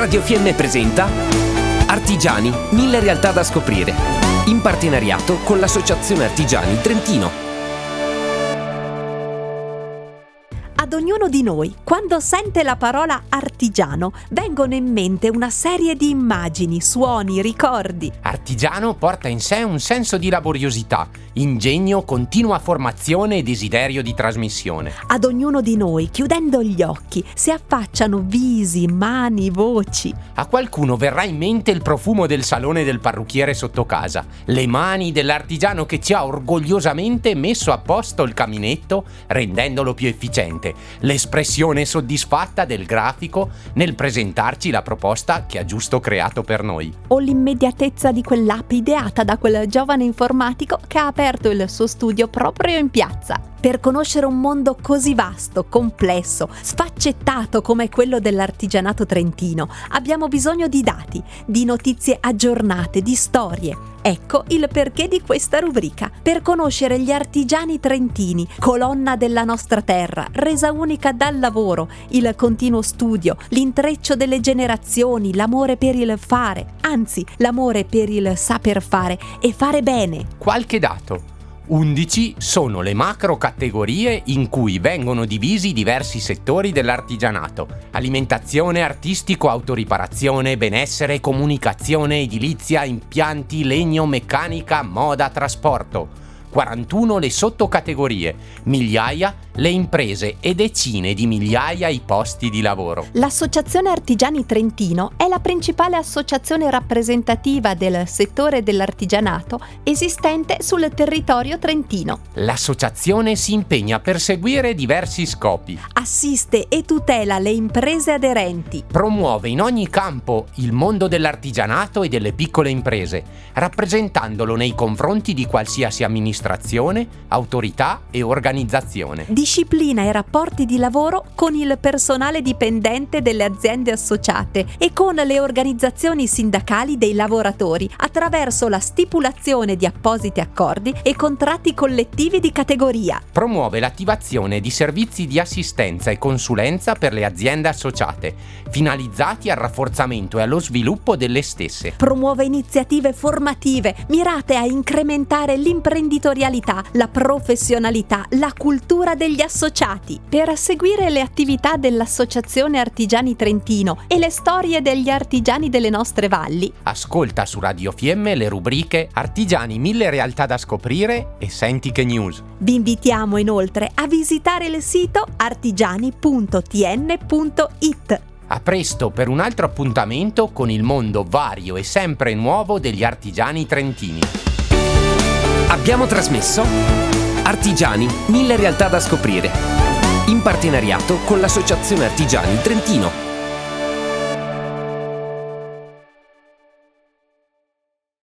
Radio Fiemme presenta Artigiani, 1000 realtà da scoprire, in partenariato con l'Associazione Artigiani Trentino. Ad ognuno di noi, quando sente la parola artigiano, vengono in mente una serie di immagini, suoni, ricordi. Artigiano porta in sé un senso di laboriosità, ingegno, continua formazione e desiderio di trasmissione. Ad ognuno di noi, chiudendo gli occhi, si affacciano visi, mani, voci. A qualcuno verrà in mente il profumo del salone del parrucchiere sotto casa, le mani dell'artigiano che ci ha orgogliosamente messo a posto il caminetto, rendendolo più efficiente, l'espressione soddisfatta del grafico nel presentarci la proposta che ha giusto creato per noi. O l'immediatezza di quell'app ideata da quel giovane informatico che ha aperto il suo studio proprio in piazza. Per conoscere un mondo così vasto, complesso, sfaccettato come quello dell'artigianato trentino, abbiamo bisogno di dati, di notizie aggiornate, di storie. Ecco il perché di questa rubrica, per conoscere gli artigiani trentini, colonna della nostra terra, resa unica dal lavoro, il continuo studio, l'intreccio delle generazioni, l'amore per il fare, anzi l'amore per il saper fare e fare bene. Qualche dato. 11 sono le macro categorie in cui vengono divisi diversi settori dell'artigianato: alimentazione, artistico, autoriparazione, benessere, comunicazione, edilizia, impianti, legno, meccanica, moda, trasporto. 41 le sottocategorie, migliaia le imprese e decine di migliaia i posti di lavoro. L'Associazione Artigiani Trentino è la principale associazione rappresentativa del settore dell'artigianato esistente sul territorio trentino. L'associazione si impegna a perseguire diversi scopi. Assiste e tutela le imprese aderenti. Promuove in ogni campo il mondo dell'artigianato e delle piccole imprese, rappresentandolo nei confronti di qualsiasi amministrazione, autorità e organizzazione. Disciplina i rapporti di lavoro con il personale dipendente delle aziende associate e con le organizzazioni sindacali dei lavoratori attraverso la stipulazione di appositi accordi e contratti collettivi di categoria. Promuove l'attivazione di servizi di assistenza e consulenza per le aziende associate, finalizzati al rafforzamento e allo sviluppo delle stesse. Promuove iniziative formative mirate a incrementare l'imprenditorialità, la professionalità, la cultura degli associati. Per seguire le attività dell'Associazione Artigiani Trentino e le storie degli artigiani delle nostre valli, ascolta su Radio Fiemme le rubriche Artigiani, 1000 realtà da scoprire e Senti che news. Vi invitiamo inoltre a visitare il sito artigiani.tn.it. A presto per un altro appuntamento con il mondo vario e sempre nuovo degli artigiani trentini. Abbiamo trasmesso Artigiani, 1000 realtà da scoprire, in partenariato con l'Associazione Artigiani Trentino.